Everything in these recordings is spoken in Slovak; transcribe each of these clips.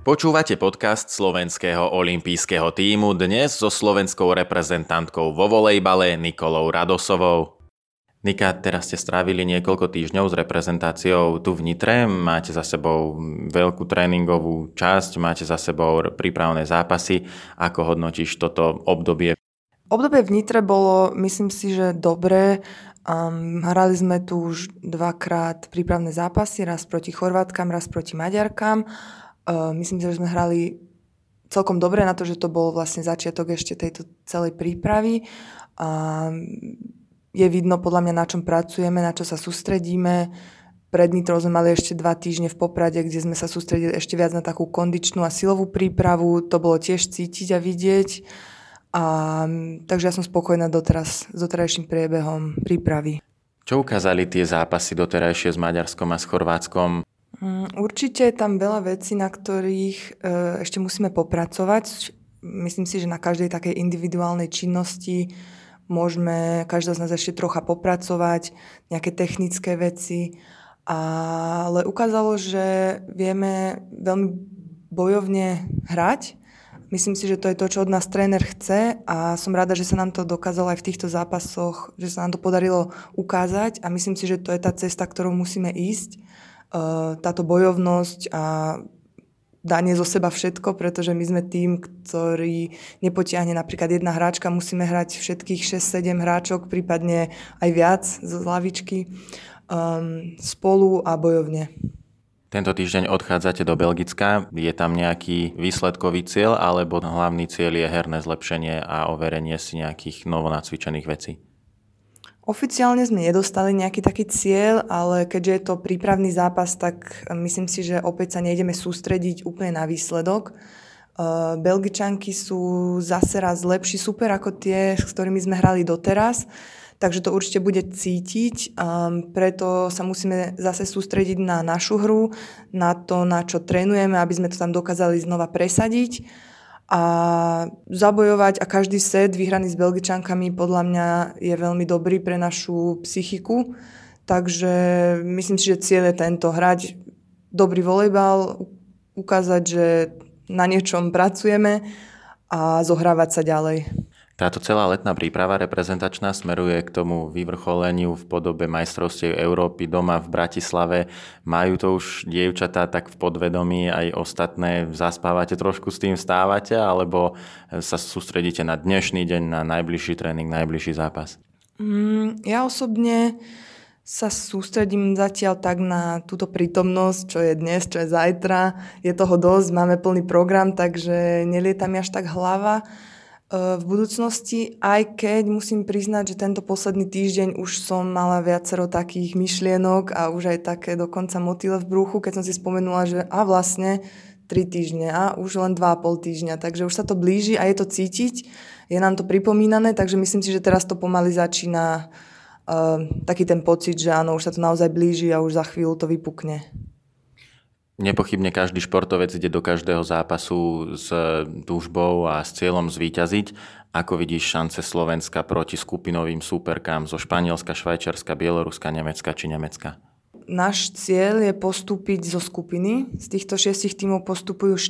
Počúvate podcast slovenského olympijského tímu dnes so slovenskou reprezentantkou vo volejbale Nikolou Radosovou. Nika, teraz ste strávili niekoľko týždňov s reprezentáciou tu v Nitre, máte za sebou veľkú tréningovú časť, máte za sebou prípravné zápasy. Ako hodnotíš toto obdobie? Obdobie v Nitre bolo, myslím si, že dobré. Hrali sme tu už dvakrát prípravné zápasy, raz proti Chorvátkam, raz proti Maďarkám. Myslím si, že sme hrali celkom dobre na to, že to bol vlastne začiatok ešte tejto celej prípravy. Je vidno podľa mňa, na čom pracujeme, na čo sa sústredíme. Pred Nitrou sme mali ešte 2 týždne v Poprade, kde sme sa sústredili ešte viac na takú kondičnú a silovú prípravu. To bolo tiež cítiť a vidieť. Takže ja som spokojná doteraz s doterajším priebehom prípravy. Čo ukázali tie zápasy doterajšie s Maďarskom a s Chorvátskom? Určite je tam veľa vecí, na ktorých ešte musíme popracovať. Myslím si, že na každej takej individuálnej činnosti môžeme každá z nás ešte trocha popracovať, nejaké technické veci. Ale ukázalo, že vieme veľmi bojovne hrať. Myslím si, že to je to, čo od nás tréner chce a som rada, že sa nám to dokázalo aj v týchto zápasoch, že sa nám to podarilo ukázať a myslím si, že to je tá cesta, ktorou musíme ísť. Táto bojovnosť a danie zo seba všetko, pretože my sme tým, ktorý nepotiahne napríklad jedna hráčka, musíme hrať všetkých 6-7 hráčok, prípadne aj viac z lavičky spolu a bojovne. Tento týždeň odchádzate do Belgicka. Je tam nejaký výsledkový cieľ, alebo hlavný cieľ je herné zlepšenie a overenie si nejakých novonacvičených vecí? Oficiálne sme nedostali nejaký taký cieľ, ale keďže je to prípravný zápas, tak myslím si, že opäť sa nejdeme sústrediť úplne na výsledok. Belgičanky sú zase raz lepší super ako tie, s ktorými sme hrali doteraz, takže to určite bude cítiť. Preto sa musíme zase sústrediť na našu hru, na to, na čo trénujeme, aby sme to tam dokázali znova presadiť a zabojovať a každý set vyhraný s Belgičankami podľa mňa je veľmi dobrý pre našu psychiku. Takže myslím si, že cieľ je tento, hrať dobrý volejbal, ukázať, že na niečom pracujeme a zohrávať sa ďalej. Táto celá letná príprava reprezentačná smeruje k tomu vyvrcholeniu v podobe majstrovstiev Európy doma v Bratislave. Majú to už dievčatá tak v podvedomí, aj ostatné zaspávate trošku s tým, stávate, alebo sa sústredíte na dnešný deň, na najbližší tréning, najbližší zápas? Ja osobne sa sústredím zatiaľ tak na túto prítomnosť, čo je dnes, čo je zajtra. Je toho dosť, máme plný program, takže nelietam až tak hlava v budúcnosti, aj keď musím priznať, že tento posledný týždeň už som mala viacero takých myšlienok a už aj také dokonca motýle v bruchu, keď som si spomenula, že vlastne 3 týždne a už len 2,5 týždňa, takže už sa to blíži a je to cítiť, je nám to pripomínané, takže myslím si, že teraz to pomaly začína taký ten pocit, že áno, už sa to naozaj blíži a už za chvíľu to vypukne. Nepochybne každý športovec ide do každého zápasu s túžbou a s cieľom zvíťaziť. Ako vidíš šance Slovenska proti skupinovým súperkám zo Španielska, Švajčiarska, Bieloruska, Nemecka či Nemecka? Náš cieľ je postúpiť zo skupiny. Z týchto 6 tímov postupujú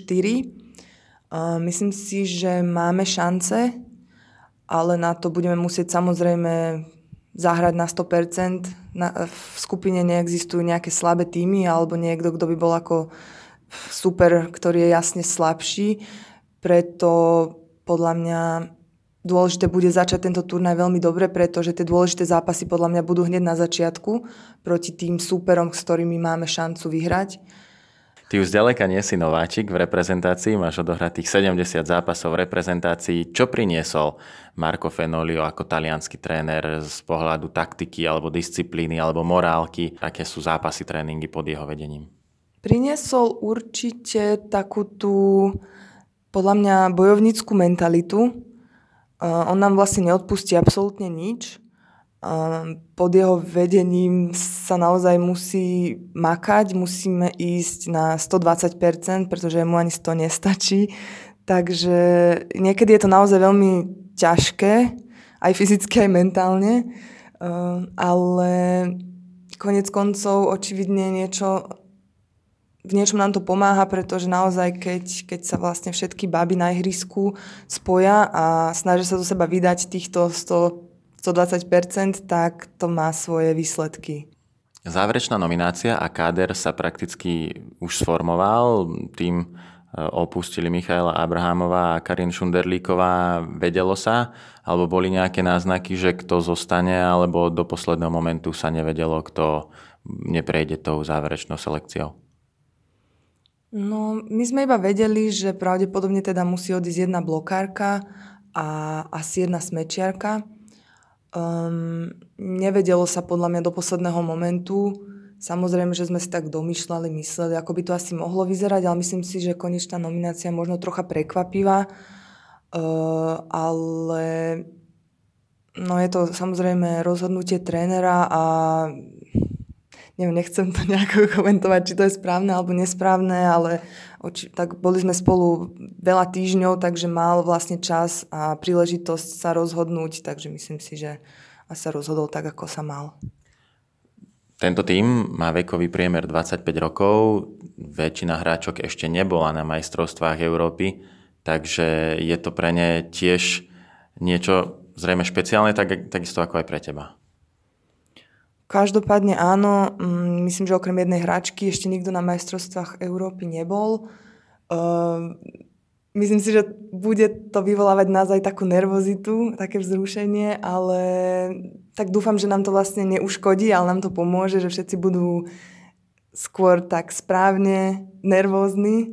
4. Myslím si, že máme šance, ale na to budeme musieť samozrejme zahrať na 100%. V skupine neexistujú nejaké slabé týmy alebo niekto, kto by bol ako super, ktorý je jasne slabší. Preto podľa mňa dôležité bude začať tento turnaj veľmi dobre, pretože tie dôležité zápasy podľa mňa budú hneď na začiatku proti tým súperom, s ktorými máme šancu vyhrať. Ty už zďaleka nie si nováčik v reprezentácii, máš odohratých 70 zápasov v reprezentácii. Čo priniesol Marco Fenolio ako taliansky tréner z pohľadu taktiky alebo disciplíny alebo morálky? Aké sú zápasy, tréningy pod jeho vedením? Priniesol určite takú tú, podľa mňa, bojovnícku mentalitu. On nám vlastne neodpustí absolútne nič. Pod jeho vedením sa naozaj musí makať, musíme ísť na 120%, pretože mu ani 100 nestačí. Takže niekedy je to naozaj veľmi ťažké, aj fyzicky, aj mentálne, ale koniec koncov očividne niečo v niečom nám to pomáha, pretože naozaj, keď sa vlastne všetky baby na ihrisku spoja a snažia sa zo seba vydať týchto 120%, tak to má svoje výsledky. Záverečná nominácia a káder sa prakticky už sformoval. Tým opustili Michaela Abrahamová a Karin Šunderlíková. Vedelo sa? Alebo boli nejaké náznaky, že kto zostane, alebo do posledného momentu sa nevedelo, kto neprejde tou záverečnou selekciou? No, my sme iba vedeli, že pravdepodobne teda musí odísť jedna blokárka a asi jedna smečiarka. Nevedelo sa podľa mňa do posledného momentu. Samozrejme, že sme si tak domýšľali, mysleli, ako by to asi mohlo vyzerať, ale myslím si, že konečná nominácia možno trocha prekvapivá. Ale no je to samozrejme rozhodnutie trénera a neviem, nechcem to nejako komentovať, či to je správne alebo nesprávne, ale tak boli sme spolu veľa týždňov, takže mal vlastne čas a príležitosť sa rozhodnúť, takže myslím si, že sa rozhodol tak, ako sa mal. Tento tím má vekový priemer 25 rokov, väčšina hráčok ešte nebola na majstrovstvách Európy, takže je to pre ne tiež niečo zrejme špeciálne, takisto ako aj pre teba. Každopádne áno, myslím, že okrem jednej hráčky ešte nikto na majstrovstvách Európy nebol. Myslím si, že bude to vyvolávať nás aj takú nervozitu, také vzrušenie, ale tak dúfam, že nám to vlastne neuškodí, ale nám to pomôže, že všetci budú skôr tak správne nervózni.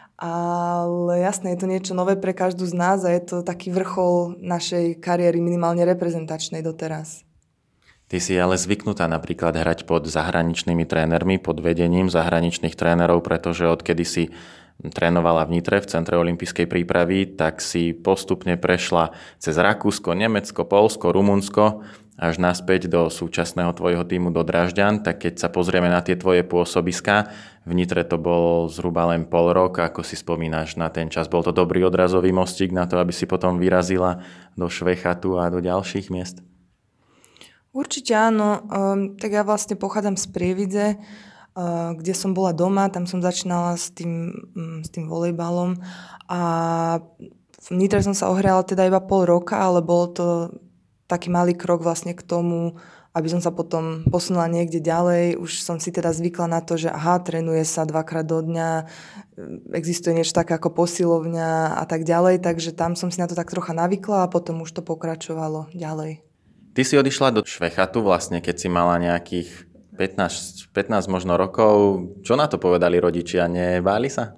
Ale jasné, je to niečo nové pre každú z nás a je to taký vrchol našej kariéry, minimálne reprezentačnej doteraz. Ty si ale zvyknutá napríklad hrať pod zahraničnými trénermi, pod vedením zahraničných trénerov, pretože odkedy si trénovala v Nitre v Centre olympijskej prípravy, tak si postupne prešla cez Rakúsko, Nemecko, Poľsko, Rumunsko až naspäť do súčasného tvojho tímu do Drážďan. Tak keď sa pozrieme na tie tvoje pôsobiská, v Nitre to bol zhruba len pol rok. Ako si spomínaš na ten čas? Bol to dobrý odrazový mostík na to, aby si potom vyrazila do Švechatu a do ďalších miest? Určite áno. Tak ja vlastne pochádzam z Prievidze, kde som bola doma, tam som začínala s tým volejbalom a v Nitre som sa ohrala teda iba pol roka, ale bol to taký malý krok vlastne k tomu, aby som sa potom posunula niekde ďalej. Už som si teda zvykla na to, že trénuje sa 2-krát do dňa, existuje niečo také ako posilovňa a tak ďalej, takže tam som si na to tak trocha navykla a potom už to pokračovalo ďalej. Ty si odišla do Švechatu vlastne, keď si mala nejakých 15 možno rokov. Čo na to povedali rodičia? Nebáli sa?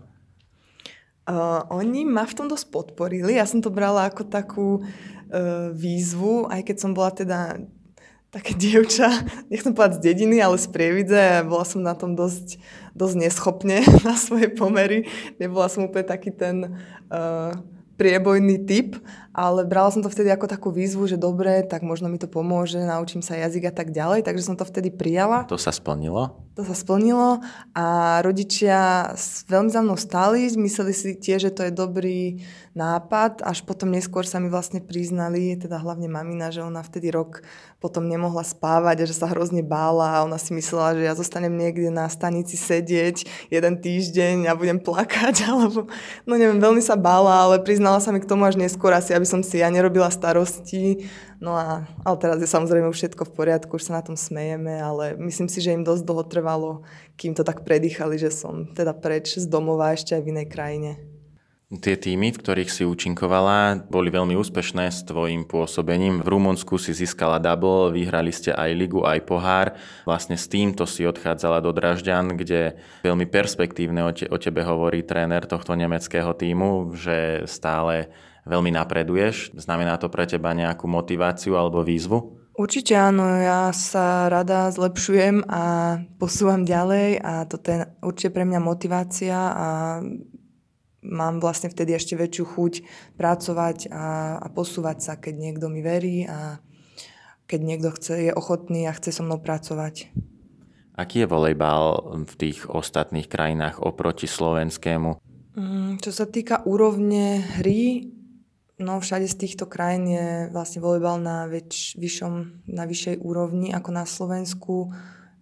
Oni ma v tom dosť podporili. Ja som to brala ako takú výzvu, aj keď som bola teda také dievča, nechcem povedať z dediny, ale z Prievidze a bola som na tom dosť neschopne na svoje pomery. Nebola som úplne taký ten priebojný typ, ale brala som to vtedy ako takú výzvu, že dobre, tak možno mi to pomôže, naučím sa jazyk a tak ďalej, takže som to vtedy prijala. To sa splnilo? To sa splnilo a rodičia veľmi za mnou stáli, mysleli si tiež, že to je dobrý nápad, až potom neskôr sa mi vlastne priznali, teda hlavne mamina, že ona vtedy rok potom nemohla spávať a že sa hrozne bála a ona si myslela, že ja zostanem niekde na stanici sedieť jeden týždeň a budem plakať, alebo no neviem, veľmi sa bála, ale priznala sa mi k tomu až neskôr asi, aby som si ja nerobila starosti. No ale teraz je samozrejme už všetko v poriadku, už sa na tom smejeme, ale myslím si, že im dosť dlho trvalo, kým to tak predýchali, že som teda preč z domova ešte aj v inej krajine. Tie týmy, v ktorých si účinkovala, boli veľmi úspešné s tvojím pôsobením. V Rumunsku si získala double, vyhrali ste aj ligu, aj pohár. Vlastne s týmto si odchádzala do Drážďan, kde veľmi perspektívne o tebe hovorí tréner tohto nemeckého týmu, že stále veľmi napreduješ. Znamená to pre teba nejakú motiváciu alebo výzvu? Určite áno, ja sa rada zlepšujem a posúvam ďalej a toto je určite pre mňa motivácia a mám vlastne vtedy ešte väčšiu chuť pracovať a posúvať sa, keď niekto mi verí a keď niekto je ochotný a chce so mnou pracovať. Aký je volejbal v tých ostatných krajinách oproti slovenskému? Čo sa týka úrovne hry, no všade z týchto krajín je vlastne volejbal na vyššej úrovni ako na Slovensku.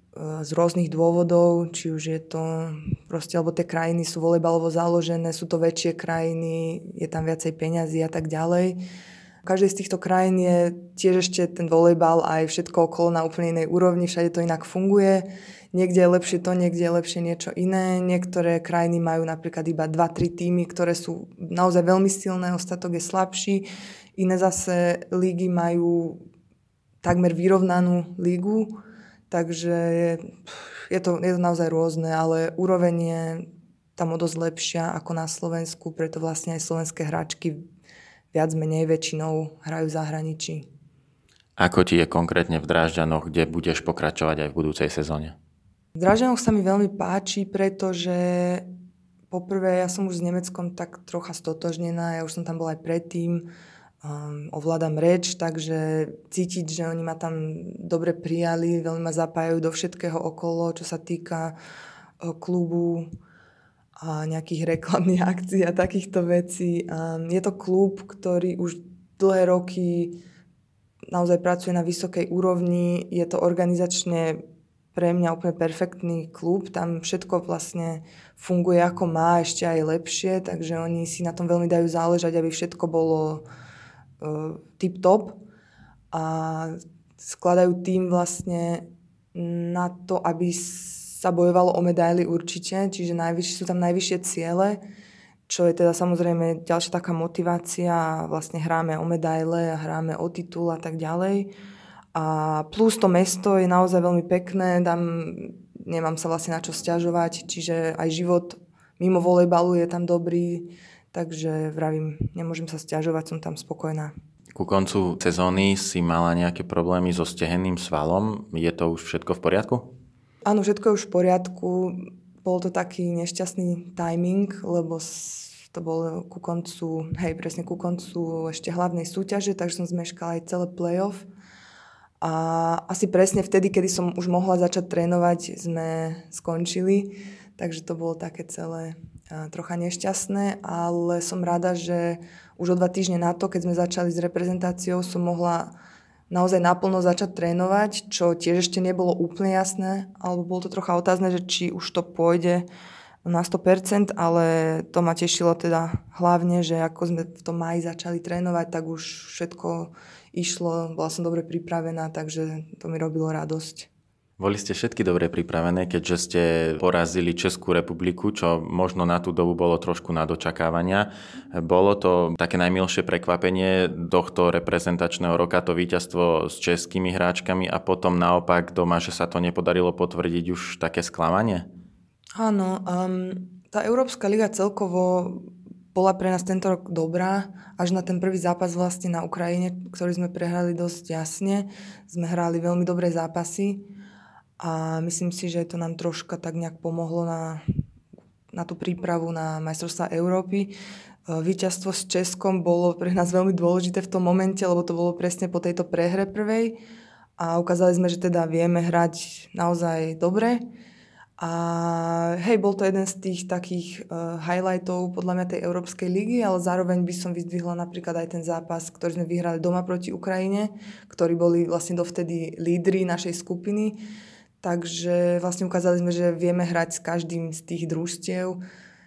z rôznych dôvodov, či už je to proste, alebo tie krajiny sú volejbalovo založené, sú to väčšie krajiny, je tam viacej peňazí a tak ďalej. V každej z týchto krajín je tiež ešte ten volejbal aj všetko okolo na úplne inej úrovni, všade to inak funguje. Niekde je lepšie to, niekde je lepšie niečo iné. Niektoré krajiny majú napríklad iba 2-3 týmy, ktoré sú naozaj veľmi silné, ostatok je slabší. Iné zase lígy majú takmer vyrovnanú lígu, takže je to naozaj rôzne, ale úroveň je tam o dosť lepšia ako na Slovensku, preto vlastne aj slovenské hráčky viac menej väčšinou hrajú v zahraničí. Ako ti je konkrétne v Drážďanoch, kde budeš pokračovať aj v budúcej sezóne? V Drážďanoch sa mi veľmi páči, pretože poprvé ja som už s Nemeckom tak trocha stotožnená, ja už som tam bola aj predtým, ovládam reč, takže cítiť, že oni ma tam dobre prijali, veľmi ma zapájajú do všetkého okolo, čo sa týka klubu a nejakých reklamných akcií a takýchto vecí. Je to klub, ktorý už dlhé roky naozaj pracuje na vysokej úrovni. Je to organizačne pre mňa úplne perfektný klub. Tam všetko vlastne funguje ako má, ešte aj lepšie, takže oni si na tom veľmi dajú záležať, aby všetko bolo tip-top. A skladajú tým vlastne na to, aby sa bojovalo o medaily určite, čiže sú tam najvyššie ciele, čo je teda samozrejme ďalšia taká motivácia, vlastne hráme o medaile a hráme o titul a tak ďalej. A plus to mesto je naozaj veľmi pekné, tam nemám sa vlastne na čo sťažovať, čiže aj život mimo volejbalu je tam dobrý, takže vravím, nemôžem sa sťažovať, som tam spokojná. Ku koncu sezóny si mala nejaké problémy so stehenným svalom, je to už všetko v poriadku? Áno, všetko je už v poriadku. Bol to taký nešťastný timing, lebo to bolo presne ku koncu ešte hlavnej súťaže, takže som zmeškala aj celé playoff. A asi presne vtedy, kedy som už mohla začať trénovať, sme skončili. Takže to bolo také celé trocha nešťastné, ale som rada, že už o 2 týždne na to, keď sme začali s reprezentáciou, som mohla naozaj naplno začať trénovať, čo tiež ešte nebolo úplne jasné, alebo bolo to trocha otázne, že či už to pôjde na 100%, ale to ma tešilo teda hlavne, že ako sme v tom máji začali trénovať, tak už všetko išlo, bola som dobre pripravená, takže to mi robilo radosť. Boli ste všetky dobre pripravené, keďže ste porazili Českú republiku, čo možno na tú dobu bolo trošku nad očakávania. Bolo to také najmilšie prekvapenie tohto reprezentačného roka, to víťazstvo s českými hráčkami a potom naopak doma, že sa to nepodarilo potvrdiť, už také sklamanie? Áno, tá Európska liga celkovo bola pre nás tento rok dobrá, až na ten prvý zápas vlastne na Ukrajine, ktorý sme prehrali dosť jasne. Sme hrali veľmi dobré zápasy. A myslím si, že to nám troška tak nejak pomohlo na tú prípravu na majstrovstvá Európy. Víťazstvo s Českom bolo pre nás veľmi dôležité v tom momente, lebo to bolo presne po tejto prehre prvej. A ukázali sme, že teda vieme hrať naozaj dobre. A bol to jeden z tých takých highlightov podľa mňa tej Európskej ligy, ale zároveň by som vyzdvihla napríklad aj ten zápas, ktorý sme vyhrali doma proti Ukrajine, ktorí boli vlastne dovtedy lídri našej skupiny. Takže vlastne ukázali sme, že vieme hrať s každým z tých družstiev.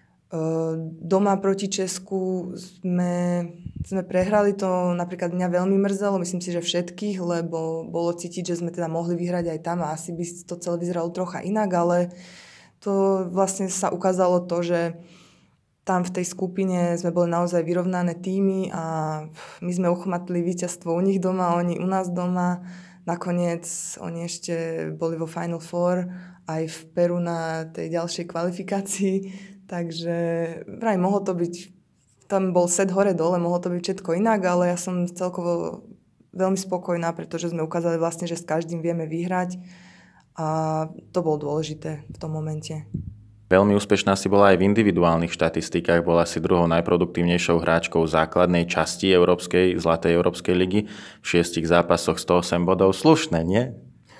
Doma proti Česku sme prehrali, to napríklad mňa veľmi mrzelo, myslím si, že všetkých, lebo bolo cítiť, že sme teda mohli vyhrať aj tam a asi by to celé vyzeralo trocha inak, ale to vlastne sa ukázalo to, že tam v tej skupine sme boli naozaj vyrovnané týmy a my sme uchmatli víťazstvo u nich doma, oni u nás doma. Nakoniec oni ešte boli vo Final Four aj v Peru na tej ďalšej kvalifikácii, takže mohlo to byť, tam bol set hore-dole, mohlo to byť všetko inak, ale ja som celkovo veľmi spokojná, pretože sme ukázali vlastne, že s každým vieme vyhrať a to bolo dôležité v tom momente. Veľmi úspešná si bola aj v individuálnych štatistikách, bola si druhou najproduktívnejšou hráčkou základnej časti Zlatej Európskej ligy. V 6 zápasoch 108 bodov. Slušné, nie?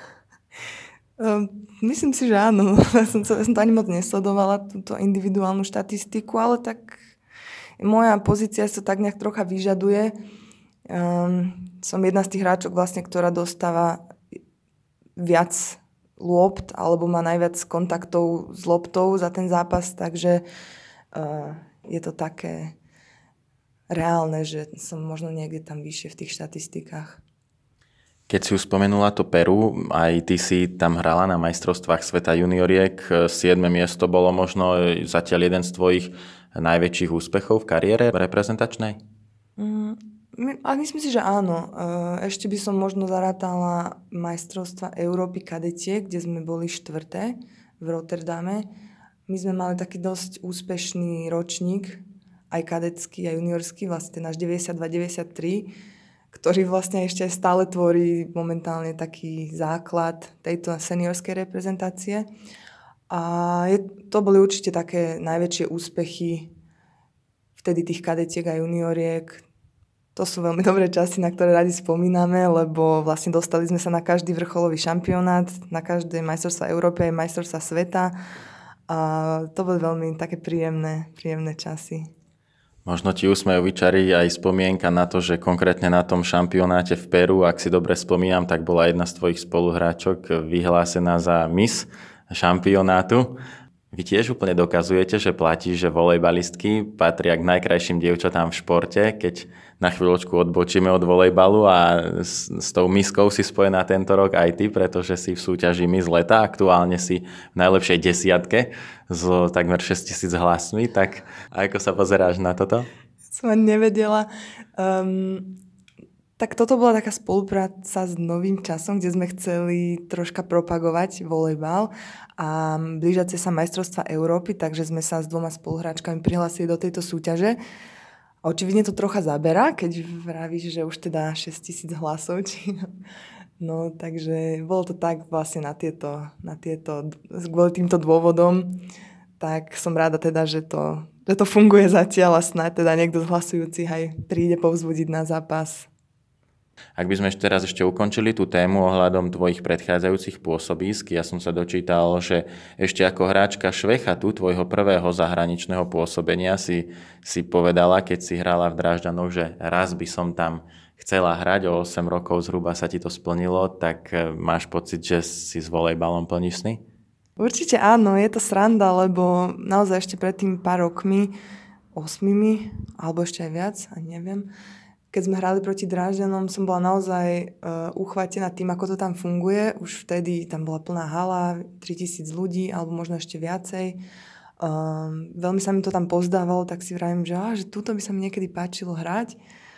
Myslím si, že áno. Ja som to ani moc nesledovala, túto individuálnu štatistiku, ale tak moja pozícia sa tak nejak trocha vyžaduje. Som jedna z tých hráčok vlastne, ktorá dostáva viac lôpt alebo má najviac kontaktov s loptou za ten zápas, takže je to také reálne, že som možno niekde tam vyššie v tých štatistikách. Keď si už spomenula to Peru, aj ty si tam hrala na majstrovstvách sveta junioriek. 7. miesto bolo možno zatiaľ jeden z tvojich najväčších úspechov v kariére reprezentačnej? A myslím si, že áno. Ešte by som možno zarátala majstrovstva Európy kadetiek, kde sme boli 4. v Rotterdame. My sme mali taký dosť úspešný ročník, aj kadetský, aj juniorský, vlastne náš 92-93, ktorý vlastne ešte stále tvorí momentálne taký základ tejto seniorskej reprezentácie. A to boli určite také najväčšie úspechy vtedy tých kadetiek a junioriek. To sú veľmi dobré časy, na ktoré radi spomíname, lebo vlastne dostali sme sa na každý vrcholový šampionát, na každé majstrovstvá Európy aj majstrovstvá sveta. A to boli veľmi také príjemné časy. Možno ti usmejú vyčarí aj spomienka na to, že konkrétne na tom šampionáte v Peru, ak si dobre spomínam, tak bola jedna z tvojich spoluhráčok vyhlásená za Miss šampionátu. Vy tiež úplne dokazujete, že platí, že volejbalistky patria k najkrajším dievčatám v športe, keď na chvíľočku odbočíme od volejbalu a s tou miskou si spojená tento rok aj ty, pretože si v súťaži Miss leta, aktuálne si v najlepšej desiatke s takmer 6,000 hlasmi, tak ako sa pozeráš na toto? Som ani nevedela. Tak toto bola taká spolupráca s Novým časom, kde sme chceli troška propagovať volejbal a blížiace sa majstrovstvá Európy, takže sme sa s 2 spoluhráčkami prihlásili do tejto súťaže. Očividne to trocha zaberá, keď vravíš, že už teda 6,000 hlasov. No, takže bolo to tak vlastne na tieto, kvôli týmto dôvodom. Tak som rada teda, že to funguje zatiaľ a snáď teda niekto z hlasujúcich aj príde povzbudiť na zápas. Ak by sme teraz ešte ukončili tú tému ohľadom tvojich predchádzajúcich pôsobísk, ja som sa dočítal, že ešte ako hráčka Švechatu, tvojho prvého zahraničného pôsobenia, si povedala, keď si hrala v Drážďanoch, že raz by som tam chcela hrať, o 8 rokov zhruba sa ti to splnilo, tak máš pocit, že si s volejbalom plníš sny? Určite áno, je to sranda, lebo naozaj ešte pred tým pár rokmi, 8, alebo ešte aj viac, ani neviem, keď sme hrali proti Drážďanom, som bola naozaj uchvátená tým, ako to tam funguje. Už vtedy tam bola plná hala, 3,000 ľudí, alebo možno ešte viacej. Veľmi sa mi to tam pozdávalo, tak si vravím, že túto by sa mi niekedy páčilo hrať.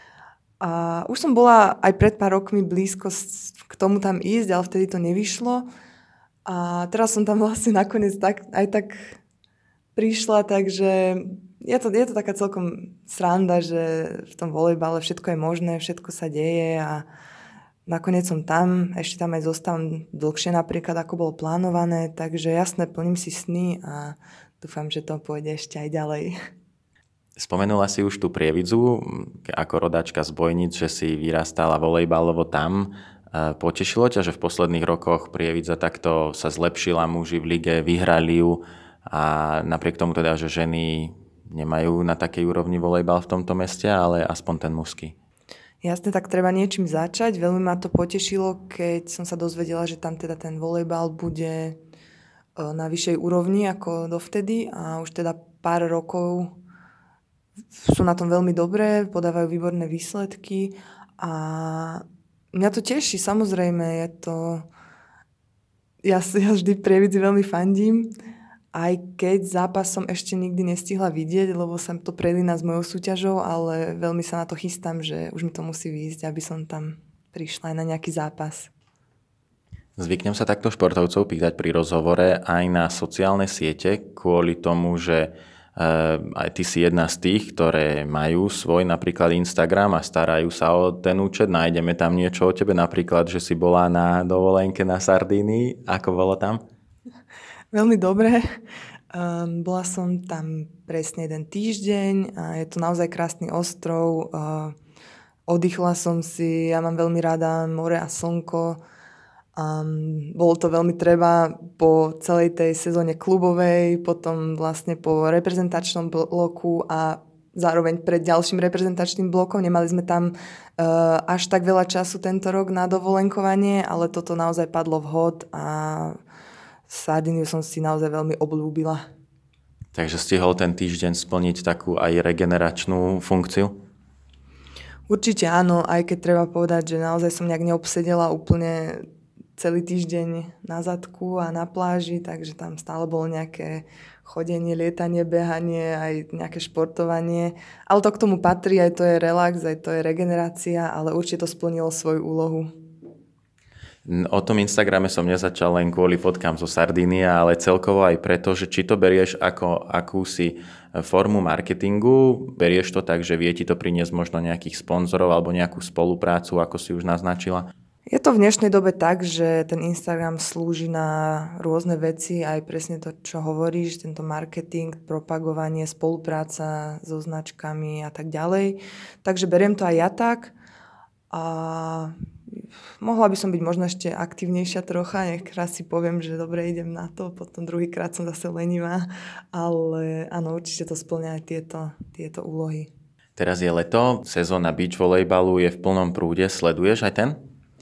A už som bola aj pred pár rokmi blízko k tomu tam ísť, ale vtedy to nevyšlo. A teraz som tam vlastne nakoniec aj tak prišla, takže je to taká celkom sranda, že v tom volejbale všetko je možné, všetko sa deje a nakoniec som tam, ešte tam aj zostávam dlhšie napríklad, ako bolo plánované, takže jasné, plním si sny a dúfam, že to pôjde ešte aj ďalej. Spomenula si už tú Prievidzu ako rodáčka z Bojnic, že si vyrastala volejbalovo tam. Potešilo ťa, že v posledných rokoch Prievidza takto sa zlepšila, muži v lige vyhrali ju a napriek tomu teda, že ženy nemajú na takej úrovni volejbal v tomto meste, ale aspoň ten mužský. Jasne, tak treba niečím začať. Veľmi ma to potešilo, keď som sa dozvedela, že tam teda ten volejbal bude na vyššej úrovni ako dovtedy a už teda pár rokov sú na tom veľmi dobré, podávajú výborné výsledky a mňa to teší, samozrejme, je to... Ja vždy Prievidzi veľmi fandím, aj keď zápas som ešte nikdy nestihla vidieť, lebo sa to prelína s mojou súťažou, ale veľmi sa na to chystám, že už mi to musí výjsť, aby som tam prišla aj na nejaký zápas. Zvyknem sa takto športovcov pýtať pri rozhovore aj na sociálne siete, kvôli tomu, že aj ty si jedna z tých, ktoré majú svoj napríklad Instagram a starajú sa o ten účet. Nájdeme tam niečo o tebe, napríklad, že si bola na dovolenke na Sardínii. Ako bolo tam? Veľmi dobre. Bola som tam presne 1 týždeň a je to naozaj krásny ostrov. Oddychla som si, ja mám veľmi rada more a slnko. Bolo to veľmi treba po celej tej sezóne klubovej, potom vlastne po reprezentačnom bloku a zároveň pred ďalším reprezentačným blokom. Nemali sme tam až tak veľa času tento rok na dovolenkovanie, ale toto naozaj padlo vhod a Sardíniu som si naozaj veľmi obľúbila. Takže stihol ten týždeň splniť takú aj regeneračnú funkciu? Určite áno, aj keď treba povedať, že naozaj som nejak neobsedela úplne celý týždeň na zadku a na pláži, takže tam stále bolo nejaké chodenie, lietanie, behanie, aj nejaké športovanie. Ale to k tomu patrí, aj to je relax, aj to je regenerácia, ale určite to splnilo svoju úlohu. O tom Instagrame som nezačal len kvôli fotkám zo Sardínia, ale celkovo aj preto, že či to berieš ako akúsi formu marketingu, berieš to tak, že vie ti to priniesť možno nejakých sponzorov alebo nejakú spoluprácu, ako si už naznačila? Je to v dnešnej dobe tak, že ten Instagram slúži na rôzne veci, aj presne to, čo hovoríš, tento marketing, propagovanie, spolupráca so značkami a tak ďalej. Takže beriem to aj ja tak a mohla by som byť možno ešte aktívnejšia trocha, nech raz si poviem, že dobre, idem na to, potom druhýkrát som zase lenivá, ale áno, určite to spĺňa aj tieto úlohy. Teraz je leto, sezóna beach volejbalu je v plnom prúde, sleduješ aj ten?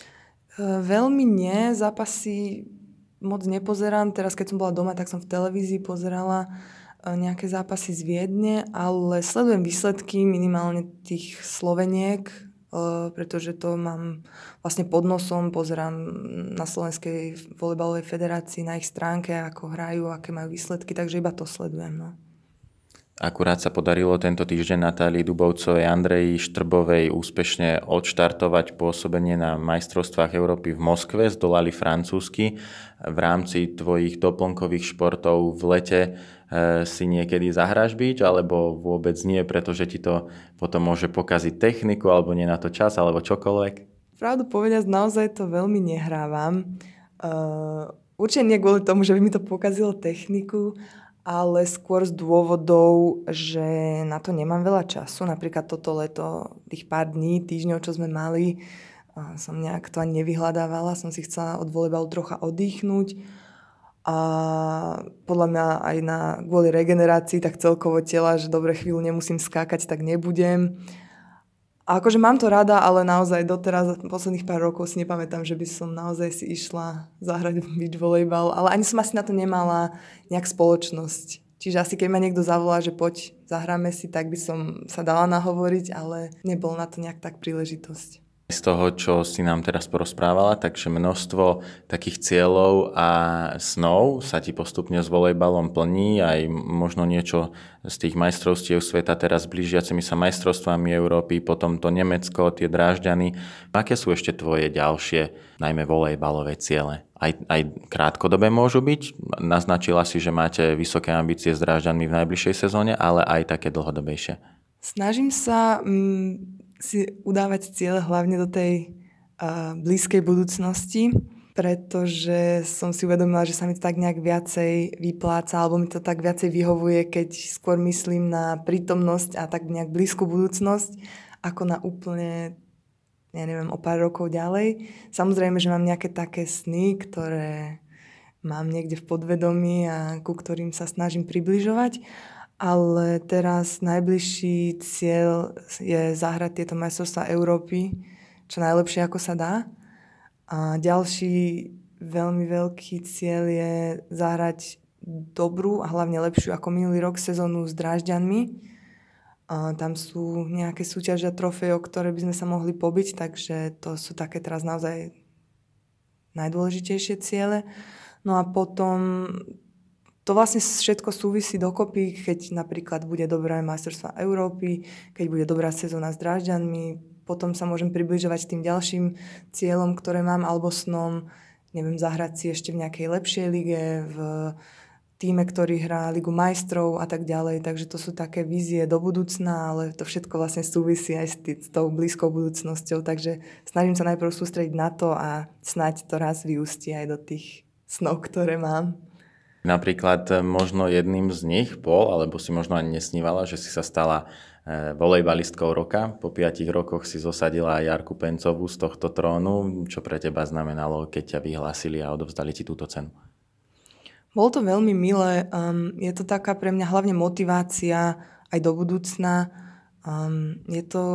Veľmi nie, zápasy moc nepozerám. Teraz, keď som bola doma, tak som v televízii pozerala nejaké zápasy z Viedne, ale sledujem výsledky minimálne tých Sloveniek, pretože to mám vlastne pod nosom, pozerám na Slovenskej volejbalovej federácii, na ich stránke, ako hrajú, aké majú výsledky, takže iba to sledujem. No. Akurát sa podarilo tento týždeň Natálii Dubovcovej, Andreji Štrbovej úspešne odštartovať pôsobenie na majstrovstvách Európy v Moskve, zdolali francúzsky. V rámci tvojich doplnkových športov v lete si niekedy zahráš bič, alebo vôbec nie, pretože ti to potom môže pokaziť techniku, alebo nie na to čas, alebo čokoľvek? Pravdu povedať, naozaj to veľmi nehrávam. Určite nie kvôli tomu, že by mi to pokazilo techniku, ale skôr z dôvodov, že na to nemám veľa času. Napríklad toto leto, tých pár dní, týždňov, čo sme mali, som nejak to ani nevyhľadávala. Som si chcela od volejbalu trocha oddychnúť. A podľa mňa aj kvôli regenerácii, tak celkovo tela, že dobre, chvíľu nemusím skákať, tak nebudem. A akože mám to rada, ale naozaj doteraz, posledných pár rokov si nepamätám, že by som naozaj si išla zahrať beach volejbal, ale ani som asi na to nemala nejak spoločnosť. Čiže asi keď ma niekto zavolá, že poď, zahráme si, tak by som sa dala nahovoriť, ale nebol na to nejak tak príležitosť. Z toho, čo si nám teraz porozprávala, takže množstvo takých cieľov a snov sa ti postupne s volejbalom plní, aj možno niečo z tých majstrovstiev sveta teraz blížiacimi sa majstrovstvami Európy, potom to Nemecko, tie Drážďany. Aké sú ešte tvoje ďalšie, najmä volejbalové ciele? Aj krátkodobé môžu byť? Naznačila si, že máte vysoké ambície s Drážďanmi v najbližšej sezóne, ale aj také dlhodobejšie. Snažím sa si udávať cieľe hlavne do tej blízkej budúcnosti, pretože som si uvedomila, že sa mi to tak nejak viacej vypláca, alebo mi to tak viacej vyhovuje, keď skôr myslím na prítomnosť a tak nejak blízku budúcnosť, ako na úplne, ja neviem, o pár rokov ďalej. Samozrejme, že mám nejaké také sny, ktoré mám niekde v podvedomí a ku ktorým sa snažím približovať. Ale teraz najbližší cieľ je zahrať tieto majstrovstvá Európy čo najlepšie, ako sa dá. A ďalší veľmi veľký cieľ je zahrať dobrú a hlavne lepšiu ako minulý rok sezónu s Drážďanmi. A tam sú nejaké súťaže a trofeje, o ktoré by sme sa mohli pobiť, takže to sú také teraz naozaj najdôležitejšie ciele. No a potom to vlastne všetko súvisí dokopy, keď napríklad bude dobrá majstrovstvá Európy, keď bude dobrá sezóna s Drážďanmi, potom sa môžem približovať tým ďalším cieľom, ktoré mám, alebo snom, neviem, zahrať si ešte v nejakej lepšej lige, v tíme, ktorý hrá Ligu majstrov a tak ďalej. Takže to sú také vízie do budúcna, ale to všetko vlastne súvisí aj s tou blízkou budúcnosťou. Takže snažím sa najprv sústrediť na to a snáď to raz vyústi aj do tých snov, ktoré mám. Napríklad možno jedným z nich bol, alebo si možno ani nesnívala, že si sa stala volejbalistkou roka. Po 5 rokoch si zosadila aj Jarku Pencovú z tohto trónu. Čo pre teba znamenalo, keď ťa vyhlásili a odovzdali ti túto cenu? Bolo to veľmi milé. Je to taká pre mňa hlavne motivácia aj do budúcna. Je to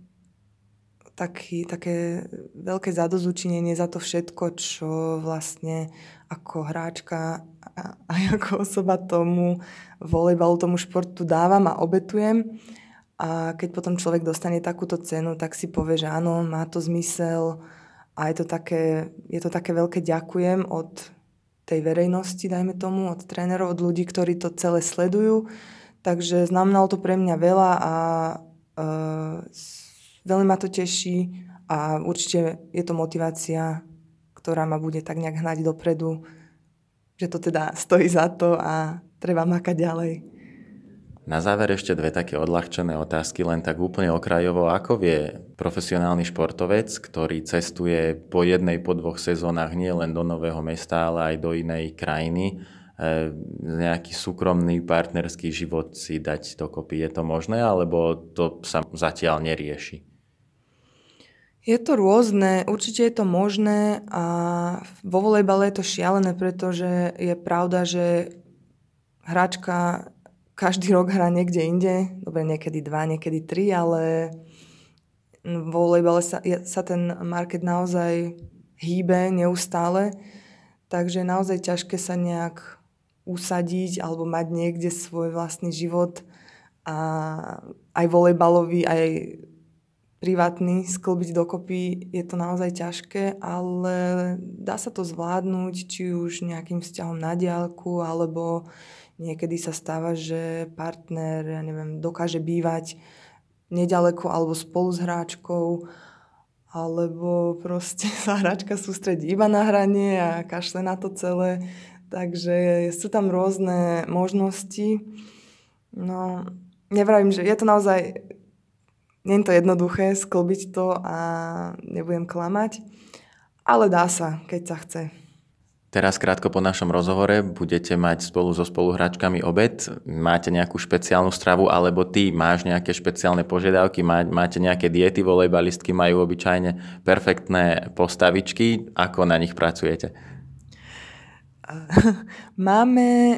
také veľké zadozučinenie za to všetko, čo vlastne ako hráčka a aj ako osoba tomu volejbalu, tomu športu dávam a obetujem. A keď potom človek dostane takúto cenu, tak si povie, že áno, má to zmysel a je to také veľké ďakujem od tej verejnosti, dajme tomu, od trénerov, od ľudí, ktorí to celé sledujú. Takže znamenalo to pre mňa veľa a veľmi ma to teší a určite je to motivácia, ktorá ma bude tak nejak hnať dopredu, že to teda stojí za to a treba makať ďalej. Na záver ešte dve také odľahčené otázky, len tak úplne okrajovo. Ako vie profesionálny športovec, ktorý cestuje po 2 sezónach nie len do Nového Mesta, ale aj do inej krajiny, nejaký súkromný partnerský život si dať dokopy? Je to možné, alebo to sa zatiaľ nerieši? Je to rôzne, určite je to možné a vo volejbale je to šialené, pretože je pravda, že hráčka každý rok hrá niekde inde, dobre, niekedy 2, niekedy 3, ale vo volejbale sa ten market naozaj hýbe neustále, takže je naozaj ťažké sa nejak usadiť alebo mať niekde svoj vlastný život a aj volejbalový, aj privátny sklbiť dokopy. Je to naozaj ťažké, ale dá sa to zvládnuť, či už nejakým vzťahom na diaľku, alebo niekedy sa stáva, že partner, ja neviem, dokáže bývať nedaleko alebo spolu s hráčkou, alebo proste sa hráčka sústredí iba na hranie a kašle na to celé. Takže sú tam rôzne možnosti. No, nevravím, že je to naozaj... Nie je to jednoduché sklbiť to a nebudem klamať, ale dá sa, keď sa chce. Teraz krátko po našom rozhovore budete mať spolu so spoluhráčkami obed. Máte nejakú špeciálnu stravu, alebo ty máš nejaké špeciálne požiadavky? Máte nejaké diety? Volejbalistky majú obyčajne perfektné postavičky. Ako na nich pracujete? Máme...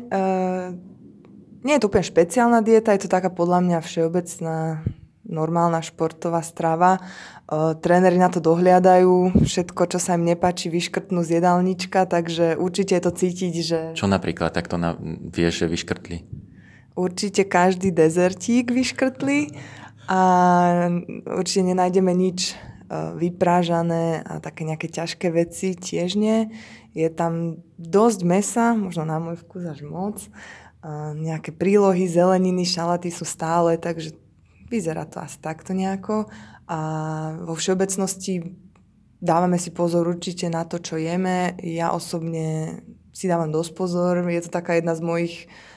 Nie je to úplne špeciálna dieta, je to taká podľa mňa všeobecná normálna športová strava. Tréneri na to dohliadajú, všetko, čo sa im nepáči, vyškrtnú z jedálnička, takže určite je to cítiť, že... Čo napríklad takto vieš, že vyškrtli? Určite každý dezertík vyškrtli a určite nenájdeme nič vyprážané a také nejaké ťažké veci tiež nie. Je tam dosť mesa, možno na môj vkus až moc. Nejaké prílohy, zeleniny, šalaty sú stále, takže vyzerá to asi takto nejako a vo všeobecnosti dávame si pozor určite na to, čo jeme. Ja osobne si dávam dosť pozor. Je to taká jedna z mojich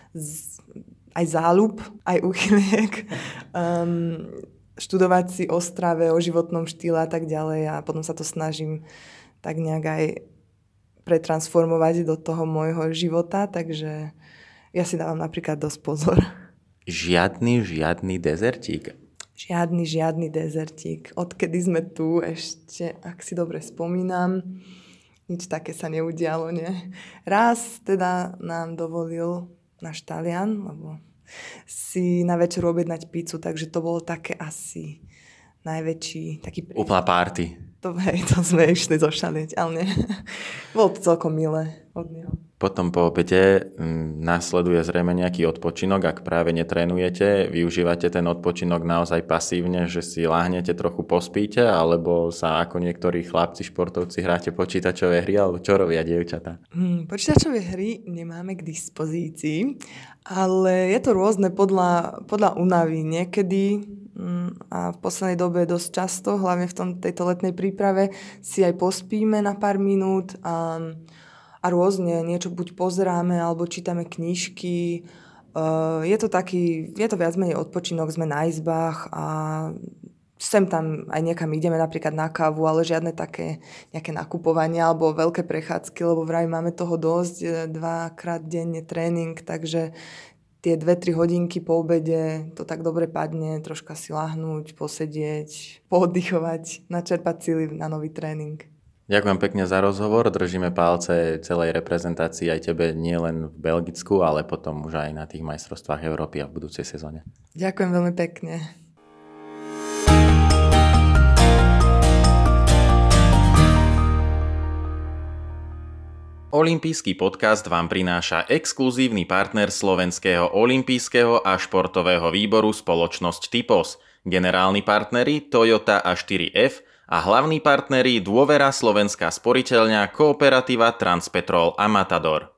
aj záľub, aj úchyliek. Študovať si o strave, o životnom štýle a tak ďalej a potom sa to snažím tak nejak aj pretransformovať do toho môjho života, takže ja si dávam napríklad dosť pozor. Žiadny dezertík? Žiadny dezertík. Odkedy sme tu ešte, ak si dobre spomínam, nič také sa neudialo, nie? Raz teda nám dovolil náš Talian, lebo si na večeru objednať pizzu, takže to bolo také asi najväčší taký... Úplná party. To sme išli zošalieť, ale nie. Bolo to celkom milé od neho. Potom po obede následuje zrejme nejaký odpočinok, ak práve netrénujete. Využívate ten odpočinok naozaj pasívne, že si láhnete, trochu pospíte, alebo sa ako niektorí chlapci, športovci hráte počítačové hry, alebo čo robia dievčatá? Počítačové hry nemáme k dispozícii, ale je to rôzne podľa únavy. Niekedy a v poslednej dobe dosť často, hlavne v tejto letnej príprave, si aj pospíme na pár minút a rôzne niečo buď pozeráme alebo čítame knižky. Je to viac menej odpočinok, sme na izbách a sem tam aj niekam ideme napríklad na kávu, ale žiadne také nejaké nakupovanie alebo veľké prechádzky, lebo vraj máme toho dosť, 2-krát denne tréning, takže tie 2-3 hodinky po obede to tak dobre padne, troška si láhnuť, posedieť, pooddychovať, načerpať síly na nový tréning. Ďakujem pekne za rozhovor, držíme palce celej reprezentácii aj tebe nielen v Belgicku, ale potom už aj na tých majstrovstvách Európy a v budúcej sezóne. Ďakujem veľmi pekne. Olympijský podcast vám prináša exkluzívny partner Slovenského olympijského a športového výboru spoločnosť Typos, generálni partneri Toyota a 4F a hlavní partneri Dôvera Slovenská sporiteľňa Kooperativa Transpetrol a Matador.